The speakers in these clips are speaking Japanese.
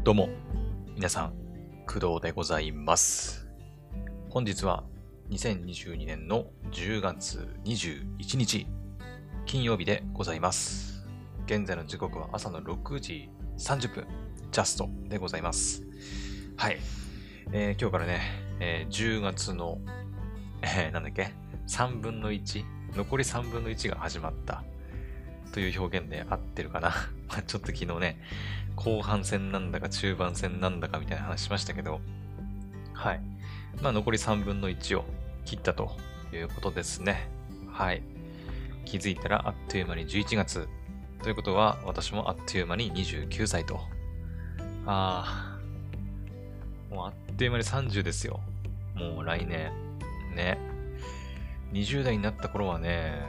どうも、皆さん、工藤でございます。本日は2022年の10月21日、金曜日でございます。現在の時刻は朝の6時30分、ジャストでございます。はい。今日からね、10月の、3分の1、残り3分の1が始まったという表現で合ってるかな。ちょっと昨日ね、後半戦なんだか中盤戦なんだかみたいな話しましたけど、はい。残り3分の1を切ったということですね。はい。気づいたらあっという間に11月。ということは、私もあっという間に29歳と。もうあっという間に30ですよ。もう来年。ね。20代になった頃はね、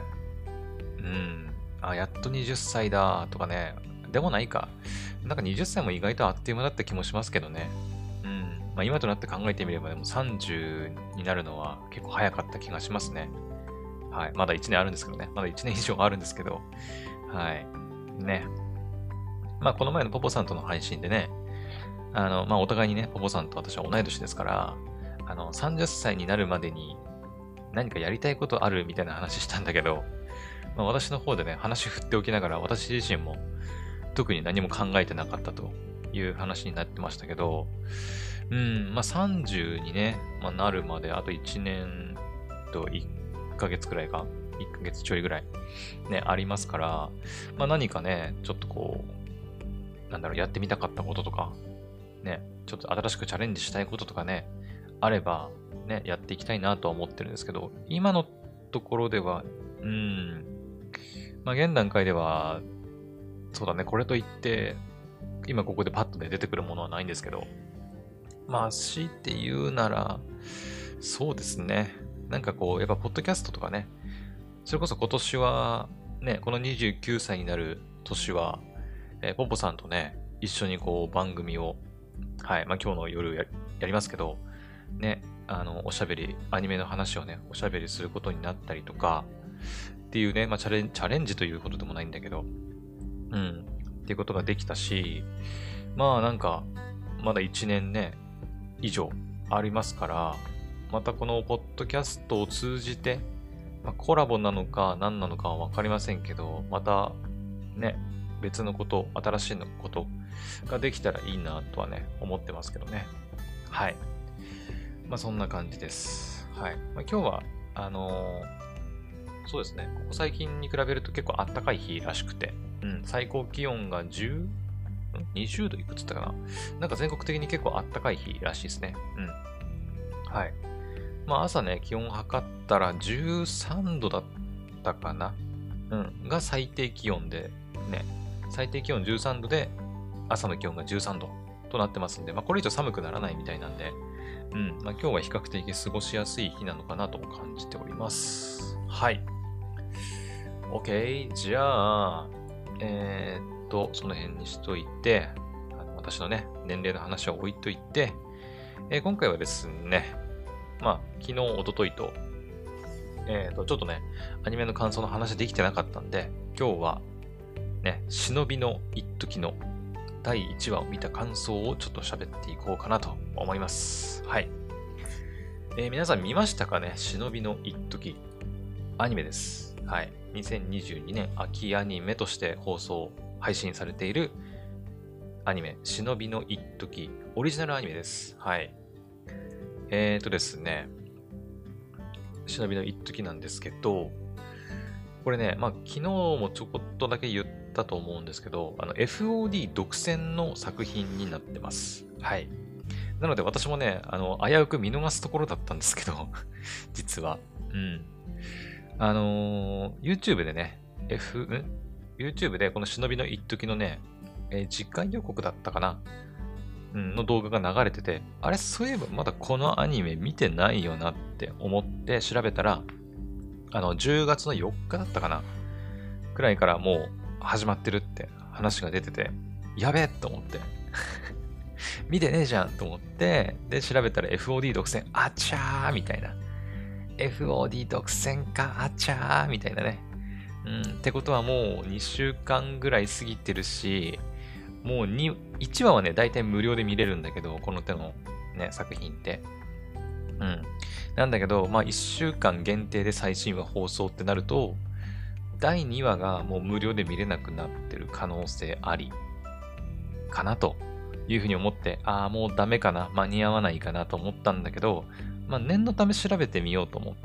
やっと20歳だとかね。でもないか。なんか20歳も意外とあっという間だった気もしますけどね。今となって考えてみればでも30になるのは結構早かった気がしますね。はい。まだ1年あるんですけどね。まだ1年以上あるんですけど。はい。ね。この前のポポさんとの配信でね、お互いにね、ポポさんと私は同い年ですから、30歳になるまでに何かやりたいことあるみたいな話したんだけど、私の方でね、話振っておきながら、私自身も特に何も考えてなかったという話になってましたけど、30にね、なるまであと1年と1ヶ月くらいか、1ヶ月ちょいぐらいね、ありますから、何かね、ちょっとこう、やってみたかったこととか、ね、ちょっと新しくチャレンジしたいこととかね、あれば、ね、やっていきたいなとは思ってるんですけど、今のところでは、現段階では、そうだね、これといって、今ここでパッとね、出てくるものはないんですけど、強いて言うなら、そうですね、なんかこう、やっぱポッドキャストとかね、それこそ今年は、ね、この29歳になる年は、ポポさんとね、一緒にこう番組を、はい、今日の夜やりますけど、ね、おしゃべり、アニメの話をね、おしゃべりすることになったりとか、っていうね、チャレンジということでもないんだけど、っていうことができたし、なんか、まだ1年ね、以上ありますから、またこのポッドキャストを通じて、コラボなのか何なのかはわかりませんけど、またね、別のこと、新しいことができたらいいなとはね、思ってますけどね。はい。そんな感じです。はい。今日は、そうですね、ここ最近に比べると結構暖かい日らしくて、最高気温が20度いくつったかな。なんか全国的に結構暖かい日らしいですね。はい。朝ね、気温測ったら13度だったかな。が最低気温で、ね、最低気温13度で、朝の気温が13度となってますんで、これ以上寒くならないみたいなんで、今日は比較的過ごしやすい日なのかなと感じております。はい。OK。じゃあ、その辺にしといて、私のね、年齢の話は置いといて、今回はですね、昨日、一昨日と、ちょっとね、アニメの感想の話できてなかったんで、今日は、ね、忍びの一時の第1話を見た感想をちょっと喋っていこうかなと思います。はい。皆さん見ましたかね、忍びの一時。アニメです。はい。2022年秋アニメとして配信されているアニメ、忍びの一時、オリジナルアニメです。はい。ですね、忍びの一時なんですけど、これね、昨日もちょこっとだけ言ったと思うんですけど、FOD 独占の作品になってます。はい。なので私もね、危うく見逃すところだったんですけど、実は。YouTube でね、YouTube でこの忍びの一時のね、次回予告だったかなの動画が流れてて、あれ、そういえばまだこのアニメ見てないよなって思って調べたら、10月の4日だったかなくらいからもう始まってるって話が出てて、やべえと思って。見てねえじゃんと思って、で、調べたら FOD 独占、あちゃーみたいな。FOD 独占か、あちゃーみたいなね。ってことはもう2週間ぐらい過ぎてるし、 もう1話はね、大体無料で見れるんだけど、この手のね、作品って。うん。なんだけど、まあ1週間限定で最新話放送ってなると、第2話がもう無料で見れなくなってる可能性ありかなというふうに思って、もうダメかな、間に合わないかなと思ったんだけど、まあ念のため調べてみようと思って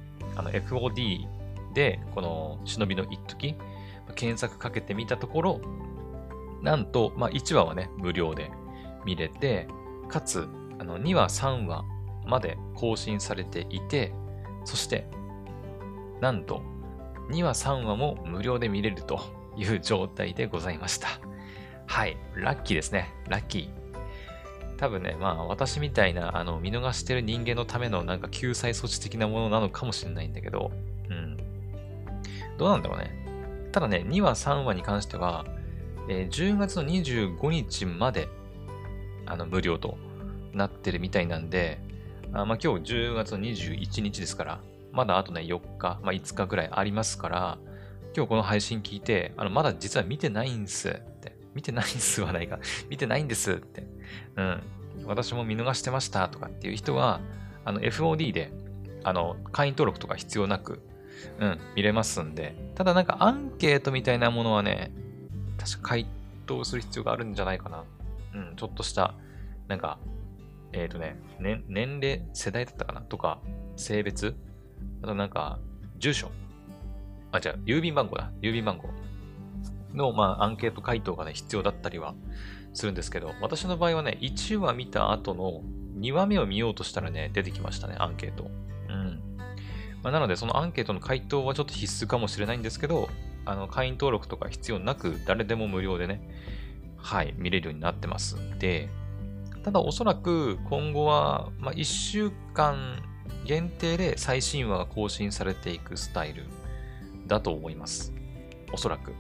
、FOD でこの忍びの一時検索かけてみたところ、なんと、まあ1話はね、無料で見れて、かつ、2話、3話まで更新されていて、そして、なんと、2話、3話も無料で見れるという状態でございました。はい。ラッキーですね。ラッキー。多分ね、まあ私みたいな、見逃してる人間のためのなんか救済措置的なものなのかもしれないんだけど、うん。どうなんだろうね。ただね、2話、3話に関しては、10月の25日まで、無料となってるみたいなんで、まあ今日10月の21日ですから、まだあとね、4日、まあ5日ぐらいありますから、今日この配信聞いて、まだ実は見てないんすって。見てないんすはないか。見てないんですって。うん。私も見逃してましたとかっていう人は、FOD で、会員登録とか必要なく、見れますんで。ただなんかアンケートみたいなものはね、確か回答する必要があるんじゃないかな。ちょっとした、なんか、年齢、世代だったかなとか、性別、あとなんか、住所。郵便番号だ。郵便番号の、まあ、アンケート回答がね、必要だったりはするんですけど、私の場合はね、1話見た後の2話目を見ようとしたらね、出てきましたね、アンケート。まあ、なので、そのアンケートの回答はちょっと必須かもしれないんですけど、会員登録とか必要なく、誰でも無料でね、はい、見れるようになってますんで、ただおそらく今後は、まあ、1週間限定で最新話が更新されていくスタイルだと思います。おそらく。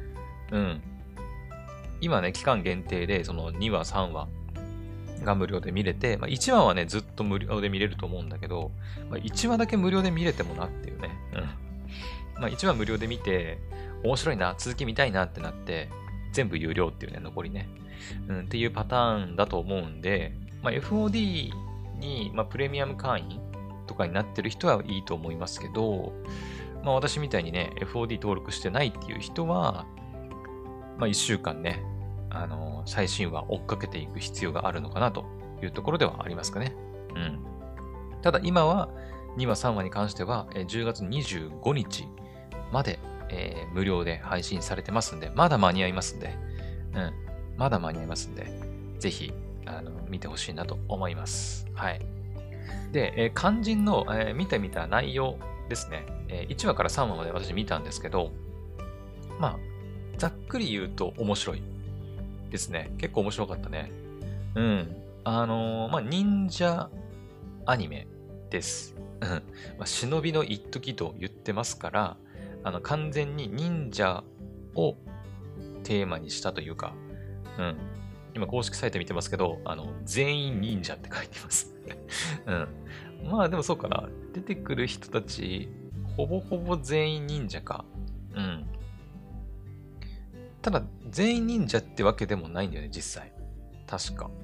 今ね、期間限定で、その2話、3話が無料で見れて、まあ、1話はね、ずっと無料で見れると思うんだけど、まあ、1話だけ無料で見れてもなっていうね。まあ、1話無料で見て、面白いな、続き見たいなってなって、全部有料っていうね、残りね。っていうパターンだと思うんで、まあ、FOD に、まあ、プレミアム会員とかになってる人はいいと思いますけど、まあ、私みたいにね、FOD 登録してないっていう人は、まあ、1週間ね、最新話追っかけていく必要があるのかなというところではありますかね。ただ今は2話3話に関しては10月25日まで、無料で配信されてますんで、まだ間に合いますんで、まだ間に合いますんで、ぜひ見てほしいなと思います。はい。で、肝心の、見てみた内容ですね。1話から3話まで私見たんですけど、まあ、ざっくり言うと面白いですね。結構面白かったね。まあ、忍者アニメです。まあ、忍びの一時と言ってますから、完全に忍者をテーマにしたというか、今公式サイト見てますけど、全員忍者って書いてます。まあでもそうかな。出てくる人たち、ほぼほぼ全員忍者か。ただ、全員忍者ってわけでもないんだよね、実際。確か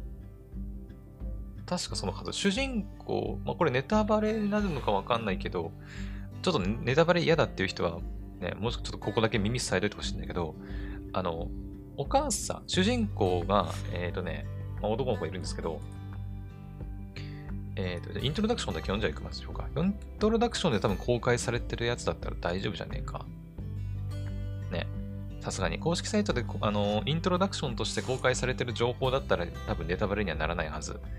その数。主人公、まあこれネタバレになるのかわかんないけど、ちょっとネタバレ嫌だっていう人は、ね、もうちょっとここだけ耳塞いでおいてほしいんだけど、お母さん、主人公が、まあ、男の子いるんですけど、イントロダクションだけ読んじゃいきましょうか。イントロダクションで多分公開されてるやつだったら大丈夫じゃねえか。ね。さすがに公式サイトでイントロダクションとして公開されてる情報だったら多分ネタバレにはならないはず。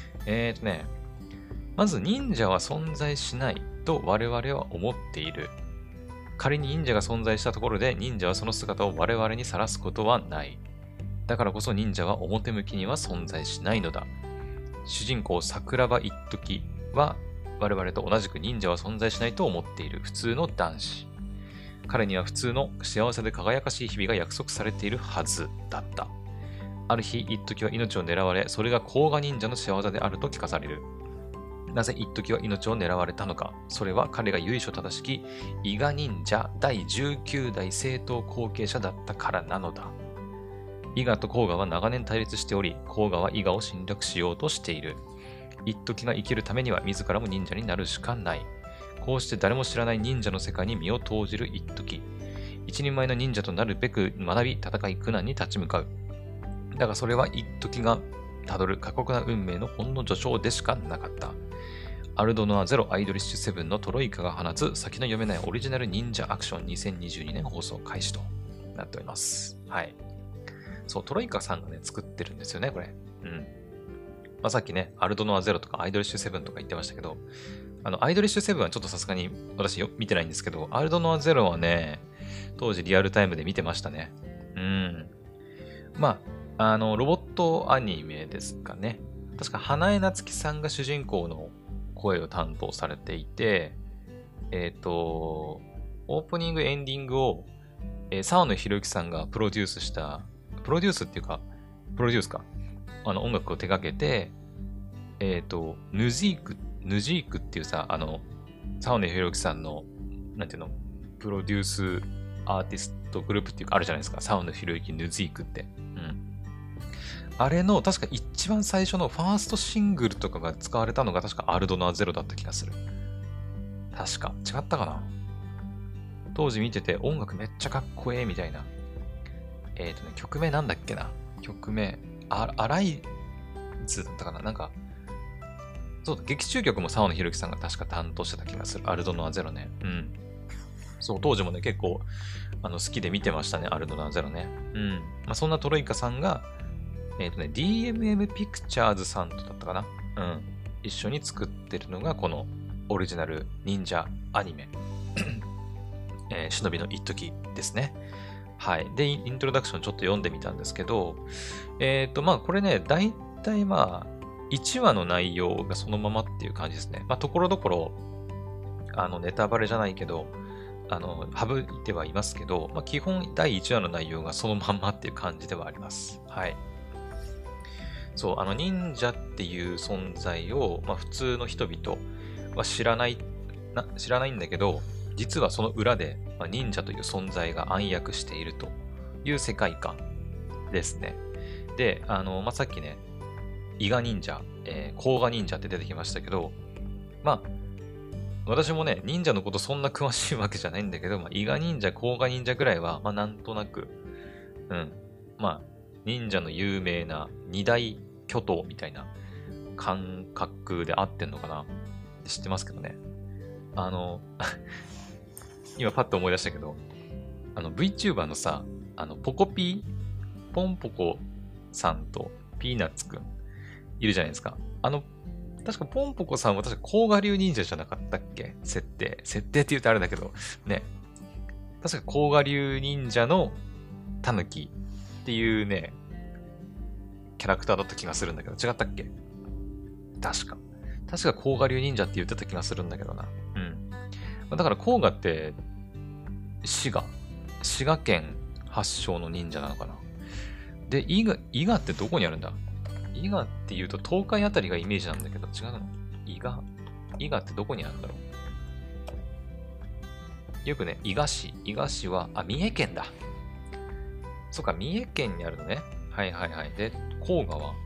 まず忍者は存在しないと我々は思っている。仮に忍者が存在したところで忍者はその姿を我々にさらすことはない。だからこそ忍者は表向きには存在しないのだ。主人公桜庭一時は我々と同じく忍者は存在しないと思っている普通の男子。彼には普通の幸せで輝かしい日々が約束されているはずだった。ある日、一時は命を狙われ、それが甲賀忍者の仕業であると聞かされる。なぜ一時は命を狙われたのか。それは彼が由緒正しき伊賀忍者第19代正統後継者だったからなのだ。 伊賀と甲賀は長年対立しており、甲賀は伊賀を侵略しようとしている。一時が生きるためには自らも忍者になるしかない。こうして誰も知らない忍者の世界に身を投じる一時。一人前の忍者となるべく学び、戦い、苦難に立ち向かう。だがそれは一時がたどる過酷な運命のほんの序章でしかなかった。アルドノアゼロアイドリッシュセブンのトロイカが放つ先の読めないオリジナル忍者アクション2022年放送開始となっております。はい。そう、トロイカさんがね、作ってるんですよね、これ。うん。まあ、さっきね、アルドノアゼロとかアイドリッシュセブンとか言ってましたけど、アイドリッシュセブンはちょっとさすがに私見てないんですけど、アルドノアゼロはね、当時リアルタイムで見てましたね。うん。まあ、ロボットアニメですかね。確か、花江夏樹さんが主人公の声を担当されていて、オープニング、エンディングを、沢野博之さんがプロデュースした、プロデュースっていうか、プロデュースか。音楽を手掛けて、ヌジークっていうさ、沢野博之さんの、なんていうの、プロデュースアーティストグループっていうかあるじゃないですか。沢野博之ヌジークって。うん。あれの、確か一番最初のファーストシングルとかが使われたのが確かアルドノアゼロだった気がする。確か。違ったかな。当時見てて音楽めっちゃかっこええみたいな。曲名なんだっけな。曲名。アライズだったかな。なんか、そうだ、劇中曲も沢野博樹さんが確か担当してた気がする。アルドノアゼロね。うん。そう、当時もね、結構、好きで見てましたね、アルドノアゼロね。うん。まあ、そんなトロイカさんが、DMM ピクチャーズさんとだったかな。うん。一緒に作ってるのが、このオリジナル忍者アニメ。忍びの一時ですね。はい。で、イントロダクションちょっと読んでみたんですけど、まあ、これね、大体まあ、1話の内容がそのままっていう感じですね。まあ、ところどころ、ネタバレじゃないけど、省いてはいますけど、まあ、基本第1話の内容がそのまんまっていう感じではあります。はい。そう、忍者っていう存在を、まあ、普通の人々は知らないんだけど、実はその裏で、まあ、忍者という存在が暗躍しているという世界観ですね。で、まあ、さっきね、伊賀忍者、甲賀忍者って出てきましたけど、まあ、私もね、忍者のことそんな詳しいわけじゃないんだけど、まあ、伊賀忍者、甲賀忍者ぐらいは、まあ、なんとなく、うん、まあ、忍者の有名な二大巨頭みたいな感覚で合ってんのかなって知ってますけどね。今パッと思い出したけど、VTuber のさ、ポコピー、ポンポコさんとピーナッツくんいるじゃないですか。確かポンポコさんは確か甲賀流忍者じゃなかったっけ設定って言うとあれだけど、ね。確か甲賀流忍者のタヌキっていうね、キャラクターだった気がするんだけど、違ったっけ確か甲賀流忍者って言ってた気がするんだけどな。うん。だから甲賀って、滋賀県発祥の忍者なのかな。で、伊賀ってどこにあるんだ伊賀って言うと東海あたりがイメージなんだけど、違うの伊賀ってどこにあるんだろうよくね、伊賀市は、三重県だ。そっか、三重県にあるのね。はいはいはい。で、甲賀は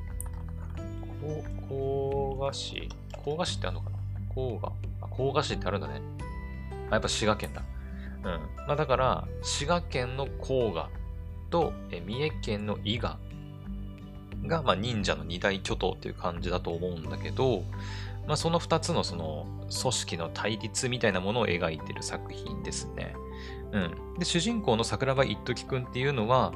甲賀市ってあるのかな甲賀市ってあるんだね。やっぱ滋賀県だ。うん。まあだから、滋賀県の甲賀と、三重県の伊賀が、まあ、忍者の二大巨頭っていう感じだと思うんだけど、まあ、その二つのその組織の対立みたいなものを描いてる作品ですね。うん。で、主人公の桜庭一時くんっていうのは、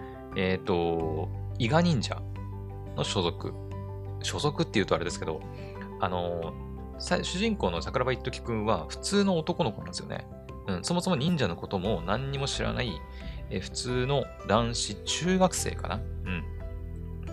伊賀忍者の所属っていうとあれですけど、主人公の桜庭一時くんは普通の男の子なんですよね。うん。そもそも忍者のことも何にも知らない、普通の男子中学生かな。うん。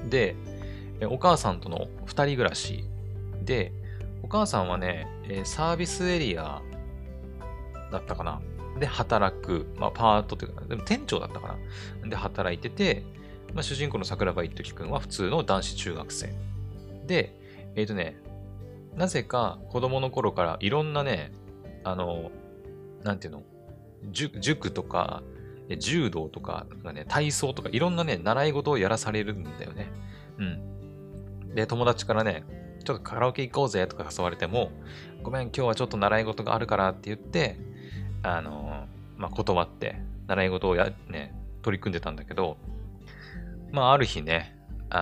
で、お母さんとの二人暮らしで、お母さんはね、サービスエリアだったかな。で、働く。まあ、パートというか、でも店長だったかな。で、働いてて、まあ、主人公の桜庭一時くんは普通の男子中学生。で、なぜか子供の頃からいろんなね、なんていうの、塾とか、 柔道とか、体操とか、いろんなね、習い事をやらされるんだよね。うん。で、友達からね、ちょっとカラオケ行こうぜとか誘われても、ごめん、今日はちょっと習い事があるからって言って、断って、習い事を取り組んでたんだけど、ある日ね、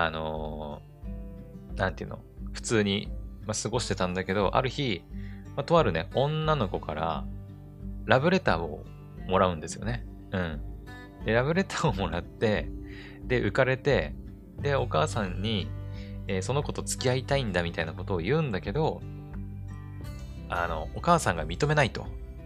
なんていうの、普通に、過ごしてたんだけど、ある日、とあるね、女の子からラブレターをもらうんですよね。うん。で、ラブレターをもらって、で、浮かれて、で、お母さんに、その子と付き合いたいんだみたいなことを言うんだけど、お母さんが認めないと。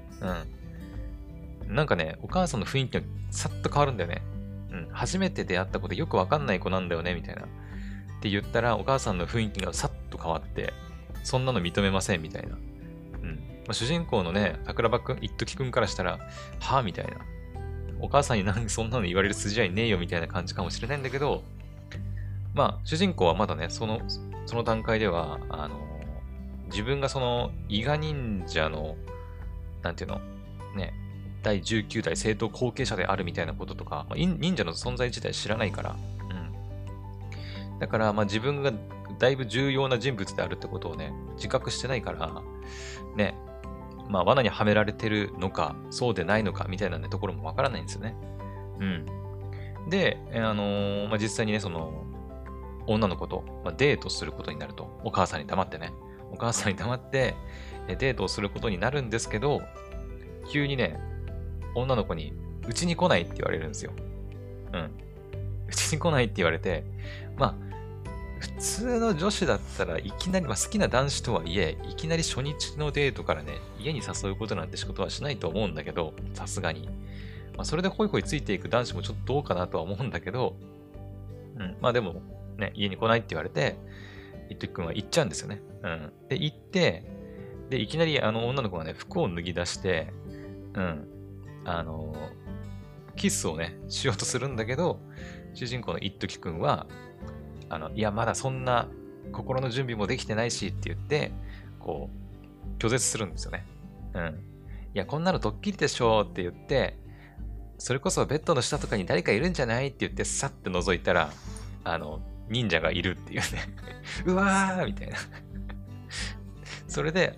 うん。なんかね、お母さんの雰囲気がさっと変わるんだよね。うん。初めて出会った子でよくわかんない子なんだよね、みたいな。って言ったら、お母さんの雰囲気がさっと変わって、そんなの認めません、みたいな。うん。主人公のね、桜庭くん、一時くんからしたら、はぁみたいな。お母さんにそんなの言われる筋合いねえよ、みたいな感じかもしれないんだけど、主人公はまだね、その段階では、自分がその、伊賀忍者の、なんていうの、ね、第19代正統後継者であるみたいなこととか、忍者の存在自体知らないから、うん。だから、自分がだいぶ重要な人物であるってことをね、自覚してないから、ね、罠にはめられてるのか、そうでないのか、みたいなね、ところもわからないんですよね。うん。で、実際にね、その、女の子と、デートすることになると。お母さんに黙ってね。お母さんに黙って、デートをすることになるんですけど、急にね、女の子に、うちに来ないって言われるんですよ。うん。うちに来ないって言われて、普通の女子だったらいきなり、好きな男子とはいえ、いきなり初日のデートからね、家に誘うことなんて仕事はしないと思うんだけど、さすがに。それでホイホイついていく男子もちょっとどうかなとは思うんだけど、うん。でも、ね、家に来ないって言われて、一時くんは行っちゃうんですよね。うん。で、行って、で、いきなり女の子がね、服を脱ぎ出して、うん。キスをね、しようとするんだけど、主人公の一時くんは、いや、まだそんな心の準備もできてないしって言って、こう、拒絶するんですよね。うん。いや、こんなのドッキリでしょって言って、それこそベッドの下とかに誰かいるんじゃないって言って、さって覗いたら、忍者がいるっていうねうわーみたいなそれで、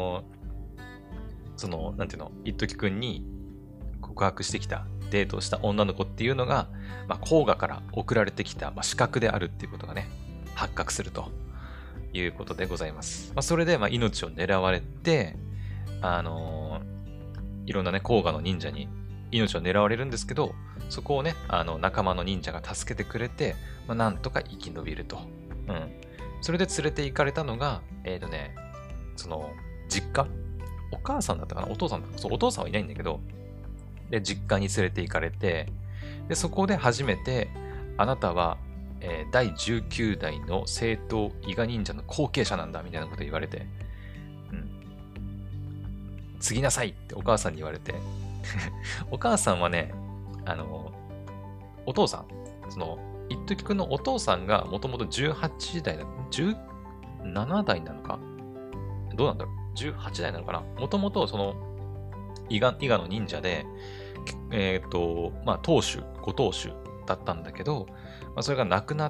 なんていうの、一時くんに告白してきた、デートをした女の子っていうのが、甲賀から送られてきた、資格であるっていうことがね、発覚するということでございます。それで、命を狙われて、いろんなね、甲賀の忍者に命を狙われるんですけど、そこをね、仲間の忍者が助けてくれて、なんとか生き延びると。うん。それで連れて行かれたのが、その、実家お母さんだったかなお父さんだったかなそう、お父さんはいないんだけど、で、実家に連れて行かれて、で、そこで初めて、あなたは、第19代の正統伊賀忍者の後継者なんだ、みたいなこと言われて、うん。継ぎなさいってお母さんに言われて、お母さんはね、お父さん、一時くんのお父さんがもともと18代だ、17代なのかどうなんだろう ?18 代なのかなもともと伊賀の忍者で、ご当主だったんだけど、それがなくなって、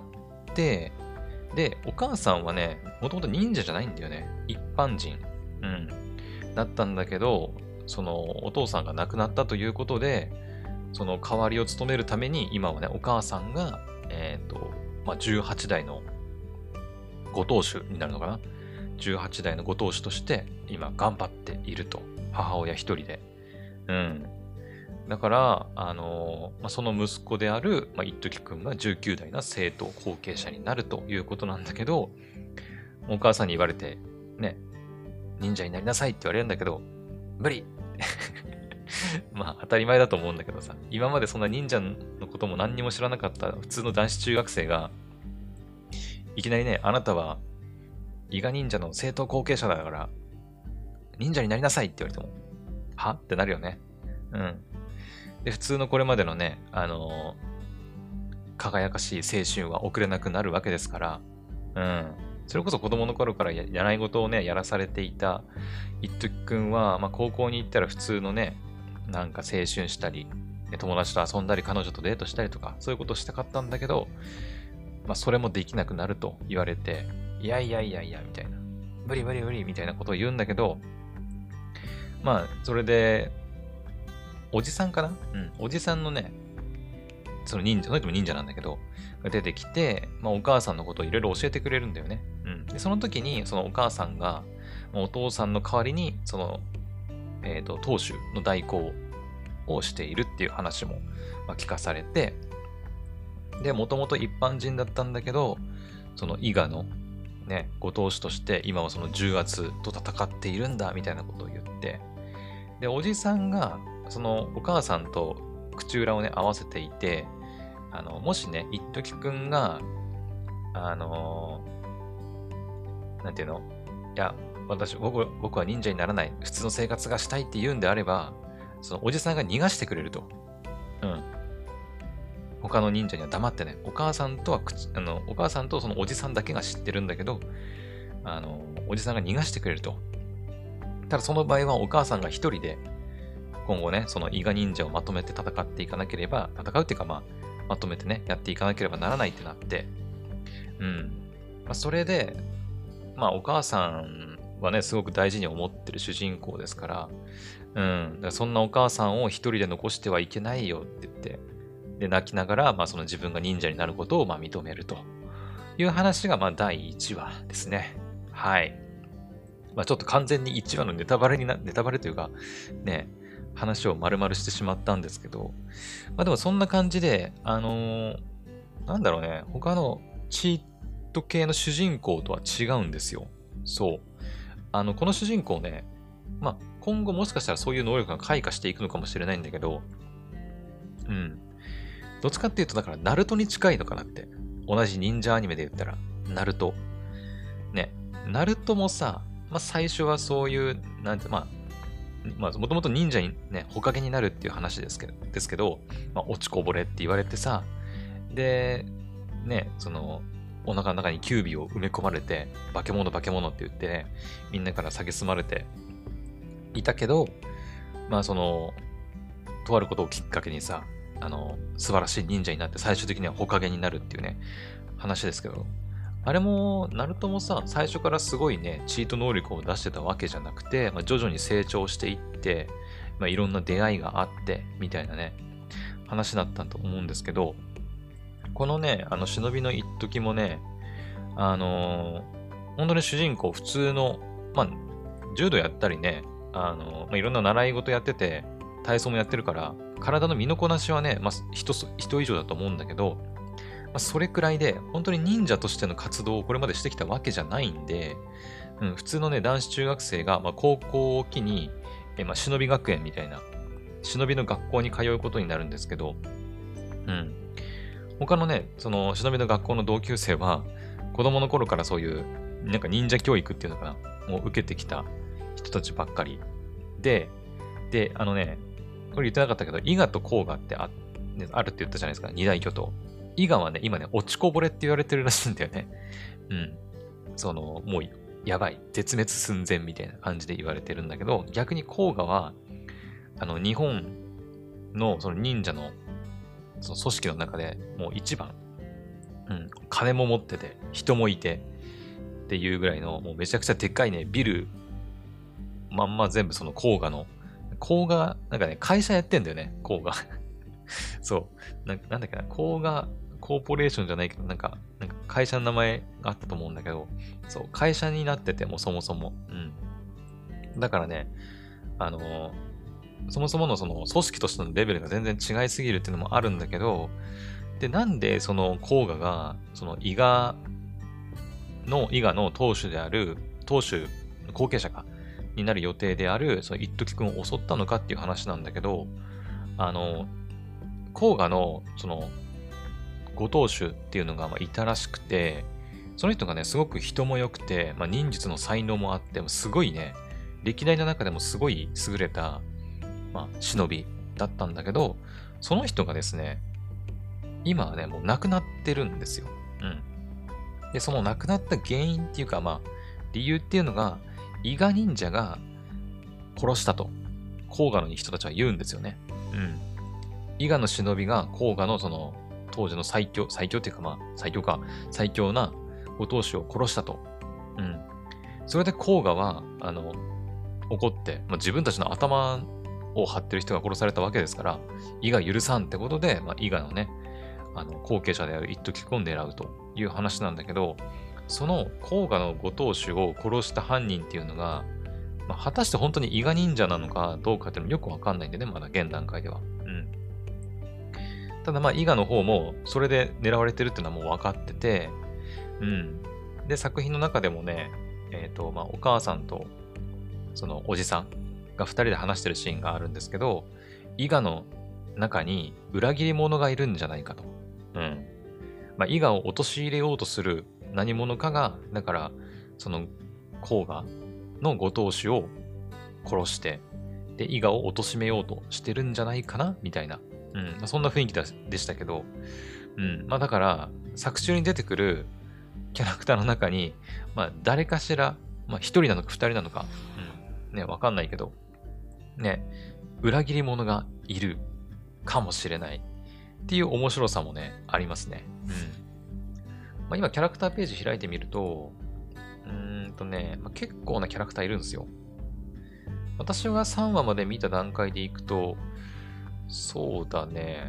で、お母さんはね、もともと忍者じゃないんだよね。一般人。うん。だったんだけど、お父さんが亡くなったということで、その代わりを務めるために、今はね、お母さんが、18代のご当主になるのかな ?18 代のご当主として、今頑張っていると。母親一人で。うん。だから、その息子である、一時くんが19代の正統後継者になるということなんだけど、お母さんに言われて、ね、忍者になりなさいって言われるんだけど、無理当たり前だと思うんだけどさ、今までそんな忍者のことも何にも知らなかった普通の男子中学生が、いきなりね、あなたは伊賀忍者の正統後継者だから、忍者になりなさいって言われても、はってなるよね。うん。で、普通のこれまでのね、輝かしい青春は送れなくなるわけですから、うん。それこそ子供の頃から習い事をね、やらされていた一時くんは、高校に行ったら普通のね、なんか青春したり、 友達と遊んだり、彼女とデートしたりとか、そういうことをしたかったんだけど、まあ、それもできなくなると言われて、いやいやいやいや、みたいな。無理無理無理、みたいなことを言うんだけど、まあ、それで、おじさんかなおじさんのね、その人も忍者なんだけど、出てきて、まあ、お母さんのことをいろいろ教えてくれるんだよね。で、その時に、そのお母さんが、お父さんの代わりに、その、当主の代行をしているっていう話も、まあ、聞かされて、で、もともと一般人だったんだけど、その伊賀のね、ご当主として今はその重圧と戦っているんだみたいなことを言って、で、おじさんがそのお母さんと口裏をね、合わせていて、もしね、一時くんが、なんていうのいや、僕は忍者にならない、普通の生活がしたいって言うんであれば、そのおじさんが逃がしてくれると。うん。他の忍者には黙ってね、お母さんとそのおじさんだけが知ってるんだけど、おじさんが逃がしてくれると。ただその場合はお母さんが一人で、今後ね、その伊賀忍者をまとめて戦っていかなければ、戦うっていうかまとめてね、やっていかなければならないってなって、それで、お母さんはね、すごく大事に思ってる主人公ですから、だからそんなお母さんを一人で残してはいけないよって言って、で、泣きながら、その自分が忍者になることを、認めるという話が、第1話ですね。はい。ちょっと完全に1話のネタバレというか、ね、話を丸々してしまったんですけど、でもそんな感じで、なんだろうね、他のチート系の主人公とは違うんですよ。そう。この主人公ね、今後もしかしたらそういう能力が開花していくのかもしれないんだけど、どっちかっていうと、だから、ナルトに近いのかなって。同じ忍者アニメで言ったら、ナルト。ね。ナルトもさ、最初はそういう、もともと忍者にね、ほかげになるっていう話ですけど、落ちこぼれって言われてさ、で、ね、その、お腹の中にキュービを埋め込まれて、化け物って言ってね、みんなから蔑まれていたけど、とあることをきっかけにさ、素晴らしい忍者になって最終的にはほかげになるっていうね、話ですけど、あれも、ナルトもさ、最初からすごいね、チート能力を出してたわけじゃなくて、徐々に成長していって、いろんな出会いがあって、みたいなね、話だったと思うんですけど、このね、忍びの一時もね、本当に主人公普通の、柔道やったりね、いろんな習い事やってて、体操もやってるから、体の身のこなしはね、人以上だと思うんだけど、それくらいで、本当に忍者としての活動をこれまでしてきたわけじゃないんで、普通のね、男子中学生が、高校を機に、忍び学園みたいな、忍びの学校に通うことになるんですけど、他のね、その忍びの学校の同級生は、子供の頃からそういう、なんか忍者教育っていうのかな、もう受けてきた人たちばっかりで、これ言ってなかったけど、伊賀と甲賀ってあるって言ったじゃないですか、二大巨頭。伊賀はね、今ね、落ちこぼれって言われてるらしいんだよね。もう、やばい、絶滅寸前みたいな感じで言われてるんだけど、逆に甲賀は、日本のその忍者のその組織の中でもう一番、金も持ってて、人もいて、っていうぐらいの、もうめちゃくちゃでっかいね、ビル、全部その甲賀、なんかね、会社やってんだよね、甲賀。そう。なんだっけな、甲賀コーポレーションじゃないけど、なんか会社の名前があったと思うんだけど、そう、会社になっててもそもそも。だからね、そもそものその組織としてのレベルが全然違いすぎるっていうのもあるんだけど、で、なんでその甲賀が、その伊賀の当主後継者になる予定である、その一時くんを襲ったのかっていう話なんだけど、甲賀の、その、ご当主っていうのがいたらしくて、その人がね、すごく人も良くて、忍術の才能もあって、すごいね、歴代の中でもすごい優れた、忍びだったんだけど、その人がですね、今はね、もう亡くなってるんですよ。で、その亡くなった原因っていうか、理由っていうのが、伊賀忍者が殺したと、甲賀の人たちは言うんですよね。 伊賀の忍びが甲賀のその、当時の最強っていうかまあ、最強なご当主を殺したと。うん。それで甲賀は、怒って、まあ、自分たちの頭を張ってる人が殺されたわけですから、伊賀許さんってことで、まあ、伊賀のね、後継者である一時君を狙うという話なんだけど、その甲賀のご当主を殺した犯人っていうのが、まあ、果たして本当に伊賀忍者なのかどうかっていうのもよくわかんないんでね、まだ現段階では。うん。ただまあ、伊賀の方もそれで狙われてるっていうのはもう分かってて、うん。で、作品の中でもね、まあ、お母さんと、そのおじさんが二人で話してるシーンがあるんですけど、伊賀の中に裏切り者がいるんじゃないかと。うん。まあ、伊賀を陥れようとする何者かが、だから、その、甲賀のご当主を殺して、で、伊賀を貶めようとしてるんじゃないかなみたいな。うん。まあ、そんな雰囲気でしたけど、うん。まあ、だから、作中に出てくるキャラクターの中に、まあ、誰かしら、まあ、一人なのか二人なのか、うん。ね、わかんないけど、ね、裏切り者がいるかもしれないっていう面白さもね、ありますね。うん。まあ、今、キャラクターページ開いてみると、まあ、結構なキャラクターいるんですよ。私が3話まで見た段階でいくと、そうだね。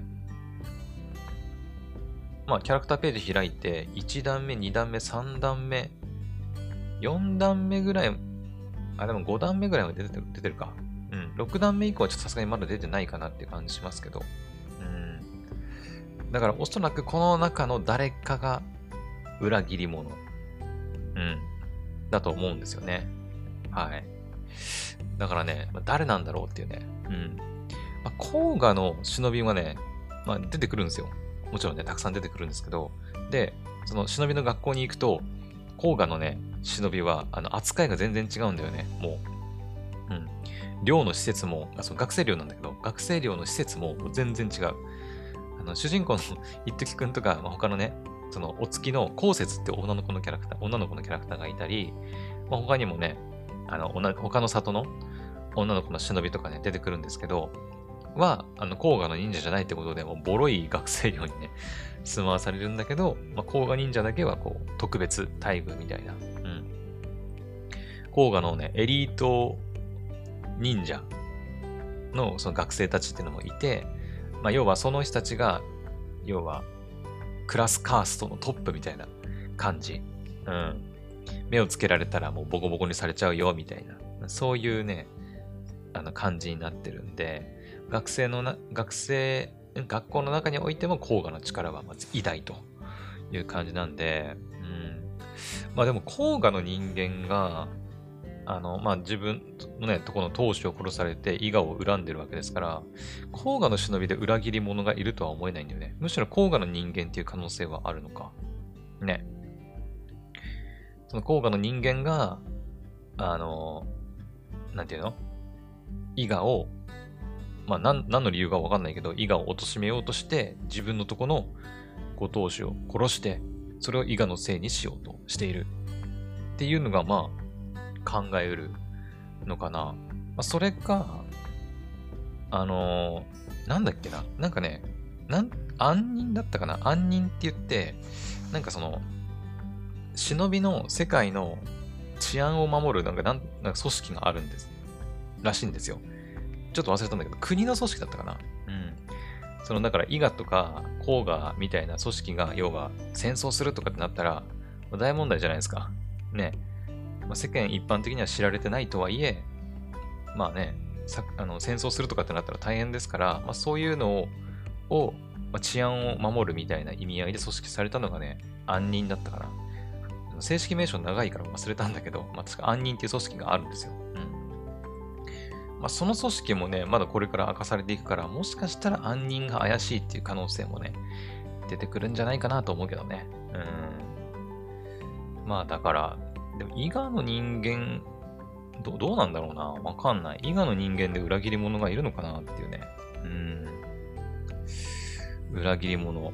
まあ、キャラクターページ開いて、1段目、2段目、3段目、4段目ぐらい、あ、でも5段目ぐらいまで出てるか。うん。6段目以降はちょっとさすがにまだ出てないかなっていう感じしますけど。うん。だからおそらくこの中の誰かが裏切り者。うん。だと思うんですよね。はい。だからね、まあ、誰なんだろうっていうね。うん。まあ、甲賀の忍びはね、まあ、出てくるんですよ。もちろんね、たくさん出てくるんですけど、で、その忍びの学校に行くと、甲賀のね、忍びは、扱いが全然違うんだよね、もう。うん。寮の施設も、その学生寮なんだけど、学生寮の施設ももう全然違う。主人公の一時くんとか、まあ、他のね、そのお月の光節って女の子のキャラクターがいたり、まあ、他にもね、他の里の女の子の忍びとかね、出てくるんですけど、甲賀の忍者じゃないってことで、もうボロい学生寮にね、住まわされるんだけど、まあ、甲賀忍者だけはこう、特別待遇みたいな。うん。甲賀のね、エリート忍者のその学生たちっていうのもいて、まあ、要はその人たちが、要は、クラスカーストのトップみたいな感じ。うん。目をつけられたらもうボコボコにされちゃうよ、みたいな。そういうね、感じになってるんで、学校の中においても甲賀の力はまず偉大という感じなんで、うん。まあでも甲賀の人間が、まあ自分のね、とこの当主を殺されて伊賀を恨んでるわけですから、甲賀の忍びで裏切り者がいるとは思えないんだよね。むしろ甲賀の人間っていう可能性はあるのか。ね。その甲賀の人間が、なんていうの伊賀を、まあ何の理由かわかんないけど、伊賀を貶めようとして、自分のとこのご当主を殺して、それを伊賀のせいにしようとしている。っていうのが、まあ、考えうるのかな。まあ、それか、なんだっけな。なんかね、暗人だったかな。暗人って言って、なんかその、忍びの世界の治安を守るなんか組織があるんです。らしいんですよ。ちょっと忘れたんだけど、国の組織だったかな。うん。その、だから、伊賀とか甲賀みたいな組織が、要は、戦争するとかってなったら、大問題じゃないですか。ね。まあ、世間一般的には知られてないとはいえ、まあね、戦争するとかってなったら大変ですから、まあ、そういうのまあ、治安を守るみたいな意味合いで組織されたのがね、暗人だったかな。正式名称長いから忘れたんだけど、まあ、確か暗人っていう組織があるんですよ。うん。まあ、その組織もね、まだこれから明かされていくから、もしかしたら暗人が怪しいっていう可能性もね、出てくるんじゃないかなと思うけどね。まあだから、でも伊賀の人間、どうなんだろうな。わかんない。伊賀の人間で裏切り者がいるのかなっていうね。裏切り者。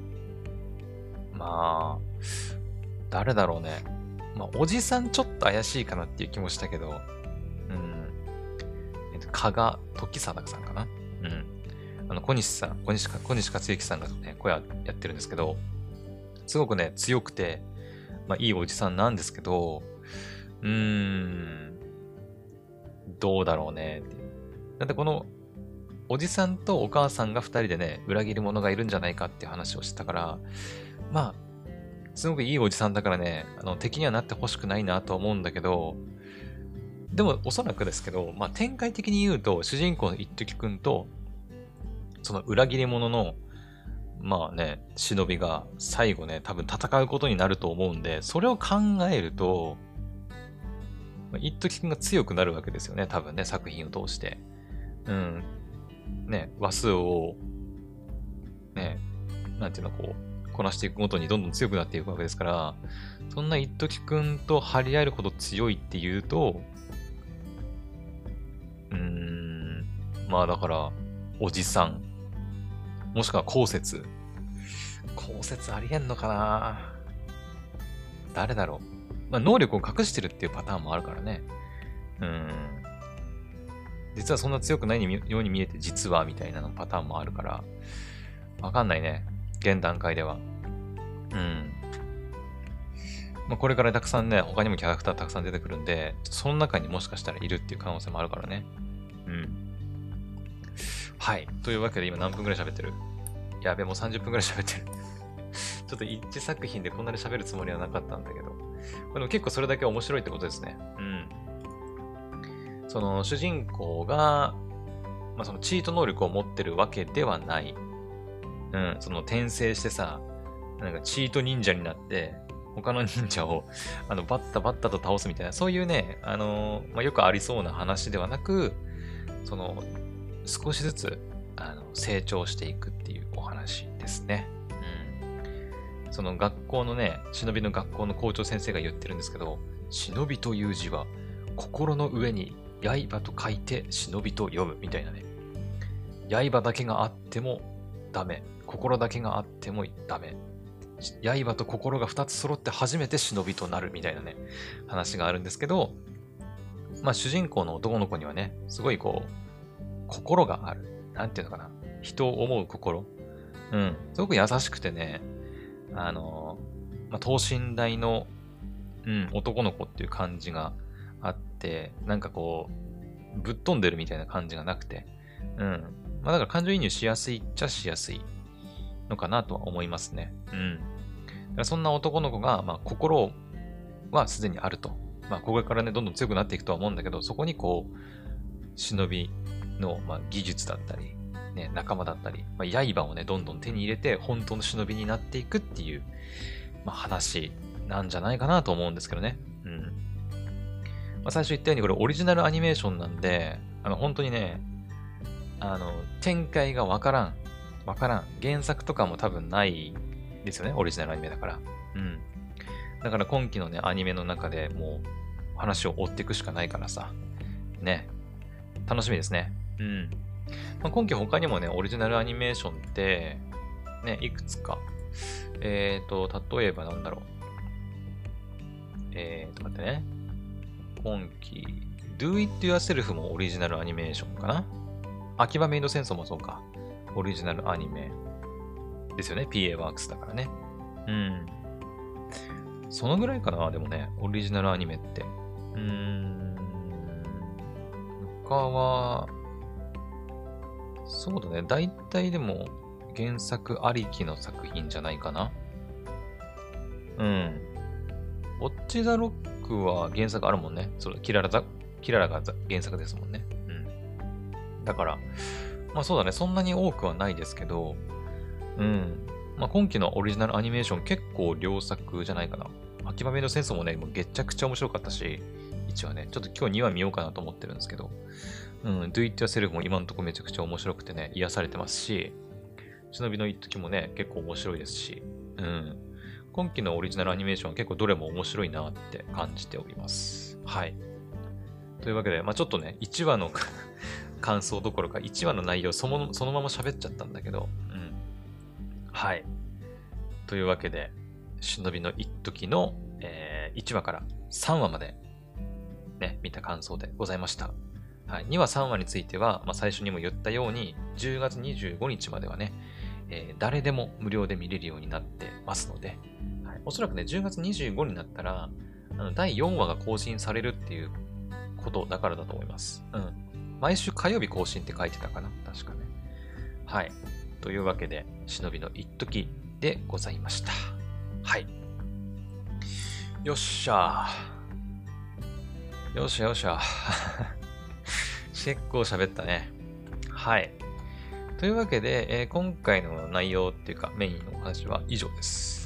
まあ、誰だろうね。まあ、おじさんちょっと怪しいかなっていう気もしたけど、加賀時貞さんかな。 小西さん、小西克幸さんがね、声やってるんですけど、すごくね、強くて、まあ、いいおじさんなんですけど、どうだろうねっていう。だってこの、おじさんとお母さんが二人でね、裏切り者がいるんじゃないかっていう話をしてたから、まあ、すごくいいおじさんだからね、敵にはなってほしくないなとは思うんだけど、でもおそらくですけど、まあ展開的に言うと、主人公の一時くんと、その裏切り者の、まあね、忍びが最後ね、多分戦うことになると思うんで、それを考えると、一時くんが強くなるわけですよね、多分ね、作品を通して。うん。ね、話数を、ね、なんていうの、こう、こなしていくごとにどんどん強くなっていくわけですから、そんな一時くんと張り合えるほど強いっていうと、まあだから、おじさん、もしくは後説。後説ありえんのかな。誰だろう。まあ能力を隠してるっていうパターンもあるからね。実はそんな強くないように見えて実はみたいなパターンもあるから、わかんないね。現段階では。まあ、これからたくさんね、他にもキャラクターたくさん出てくるんで、その中にもしかしたらいるっていう可能性もあるからね。はい。というわけで今何分くらい喋ってる？やべ、もう30分くらい喋ってる。ちょっと一作品でこんなに喋るつもりはなかったんだけど。でも結構それだけ面白いってことですね。その主人公が、まあ、そのチート能力を持ってるわけではない。その転生してさ、なんかチート忍者になって、他の忍者を、バッタバッタと倒すみたいな、そういうね、まあ、よくありそうな話ではなく、その、少しずつ、成長していくっていうお話ですね。その学校のね、忍びの学校の校長先生が言ってるんですけど、忍びという字は、心の上に刃と書いて忍びと読むみたいなね。刃だけがあってもダメ。心だけがあってもダメ。刃と心が2つ揃って初めて忍びとなるみたいなね、話があるんですけど、まあ主人公の男の子にはね、すごいこう、心がある。なんていうのかな。人を思う心。すごく優しくてね、まあ、等身大の、男の子っていう感じがあって、なんかこう、ぶっ飛んでるみたいな感じがなくて、まあだから感情移入しやすいっちゃしやすいのかなとは思いますね。だからそんな男の子が、まあ心はすでにあると。まあこれからね、どんどん強くなっていくとは思うんだけど、そこにこう、忍びの、まあ、技術だったり、ね、仲間だったり、まあ、刃をね、どんどん手に入れて、本当の忍びになっていくっていう、まあ、話なんじゃないかなと思うんですけどね。まあ、最初言ったようにこれオリジナルアニメーションなんで、本当にね、展開がわからん。原作とかも多分ないですよね。オリジナルアニメだから。だから今期のね、アニメの中でもう話を追っていくしかないからさ。ね。楽しみですね。まあ、今期他にもね、オリジナルアニメーションって、ね、いくつか。例えばなんだろう。待ってね。今期、Do It Yourself もオリジナルアニメーションかな。秋葉メイド戦争もそうか。オリジナルアニメですよね。PA ワークスだからね。そのぐらいかな、でもね、オリジナルアニメって。他は、そうだね。大体でも原作ありきの作品じゃないかな。ウォッチザロックは原作あるもんね。キララが原作ですもんね。だから、まあそうだね。そんなに多くはないですけど、まあ今期のオリジナルアニメーション結構良作じゃないかな。秋葉メイド戦争もね、もうめちゃくちゃ面白かったし、1話ね、ちょっと今日2話見ようかなと思ってるんですけど、Do It Yourself も今のところめちゃくちゃ面白くてね、癒されてますし、忍びの一時もね、結構面白いですし、今期のオリジナルアニメーションは結構どれも面白いなって感じております。はい。というわけで、まあちょっとね、1話の感想どころか、1話の内容そのまま喋っちゃったんだけど、はい。というわけで、忍びの一時の、1話から3話まで、ね、見た感想でございました。 はい、2話3話については、まあ、最初にも言ったように、10月25日まではね、誰でも無料で見れるようになってますので、はい、おそらくね、10月25になったら、第4話が更新されるっていうことだからだと思います。うん。毎週火曜日更新って書いてたかな確かね。はい。というわけで、忍びの一時でございました。はい。よっしゃー。よっしゃよっしゃ。結構喋ったね。はい。というわけで、今回の内容っていうかメインのお話は以上です。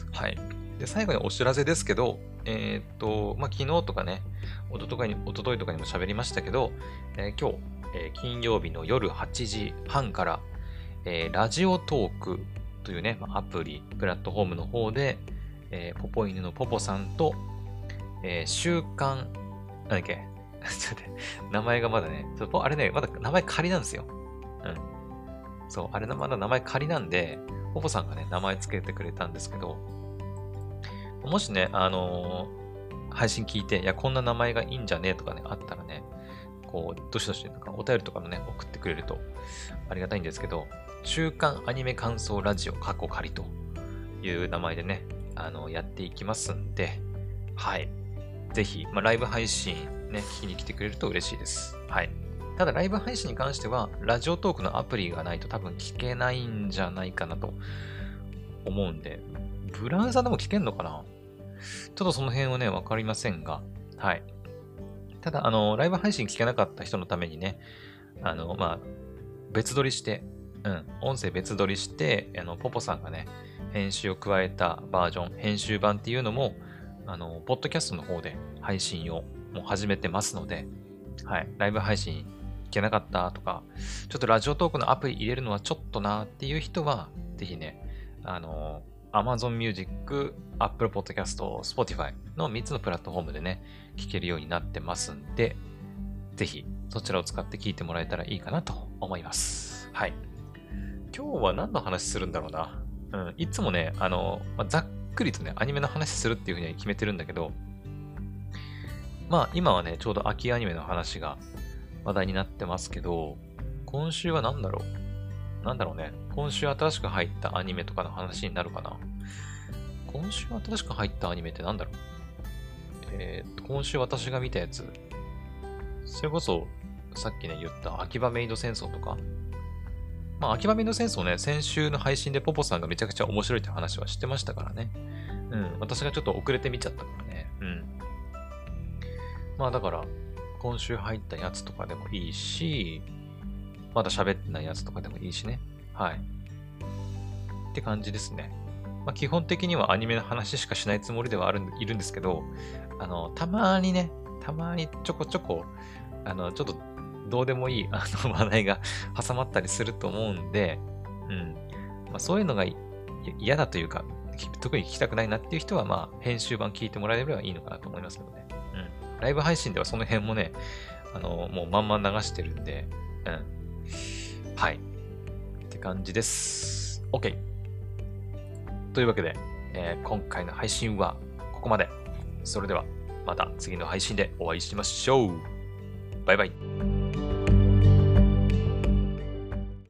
はい。で、最後にお知らせですけど、まあ、昨日とかね、一昨日とかにも喋りましたけど、今日、金曜日の夜8時半から、ラジオトークというね、アプリ、プラットフォームの方で、ポポ犬のポポさんと、週刊、なんだっけちょっと待って、名前がまだね、あれね、まだ名前仮なんですよ。うん。そう、あれまだ名前仮なんで、ポポさんがね、名前つけてくれたんですけど、もしね、配信聞いて、いや、こんな名前がいいんじゃねえとかね、あったらね、こう、どしどしなんかお便りとかもね、送ってくれるとありがたいんですけど、週刊アニメ感想ラジオ過去仮という名前でね、やっていきますんで、はい。ぜひ、まあ、ライブ配信ね、聞きに来てくれると嬉しいです。はい。ただ、ライブ配信に関しては、ラジオトークのアプリがないと多分聞けないんじゃないかなと思うんで、ブラウザでも聞けんのかなちょっとその辺はね、わかりませんが、はい。ただ、ライブ配信聞けなかった人のためにね、まあ、別撮りして、音声別撮りして、ポポさんがね、編集を加えたバージョン、編集版っていうのも、ポッドキャストの方で配信をもう始めてますので、はい、ライブ配信聞けなかったとか、ちょっとラジオトークのアプリ入れるのはちょっとなっていう人は、ぜひね、Amazon Music、Apple Podcast、Spotify の3つのプラットフォームでね、聞けるようになってますんで、ぜひそちらを使って聞いてもらえたらいいかなと思います。はい。今日は何の話するんだろうな。いつもね、ざっくりとね、アニメの話するっていうふうには決めてるんだけど、まあ今はね、ちょうど秋アニメの話が話題になってますけど、今週は何だろうなんだろうね。今週新しく入ったアニメとかの話になるかな。今週新しく入ったアニメって何だろう今週私が見たやつ。それこそ、さっきね言った秋葉メイド戦争とか。まあ、秋葉メイド戦争ね、先週の配信でポポさんがめちゃくちゃ面白いって話は知ってましたからね。私がちょっと遅れて見ちゃったからね。まあだから、今週入ったやつとかでもいいし、まだ喋ってないやつとかでもいいしね。はい。って感じですね。まあ基本的にはアニメの話しかしないつもりではいるんですけど、たまにちょこちょこ、ちょっとどうでもいい話題が挟まったりすると思うんで、まあ、そういうのが嫌だというか、特に聞きたくないなっていう人は、まあ、編集版聞いてもらえればいいのかなと思いますけどね。ライブ配信ではその辺もね、もうまんま流してるんで、はい。って感じです。OK。というわけで、今回の配信はここまで。それでは、また次の配信でお会いしましょう。バイバイ。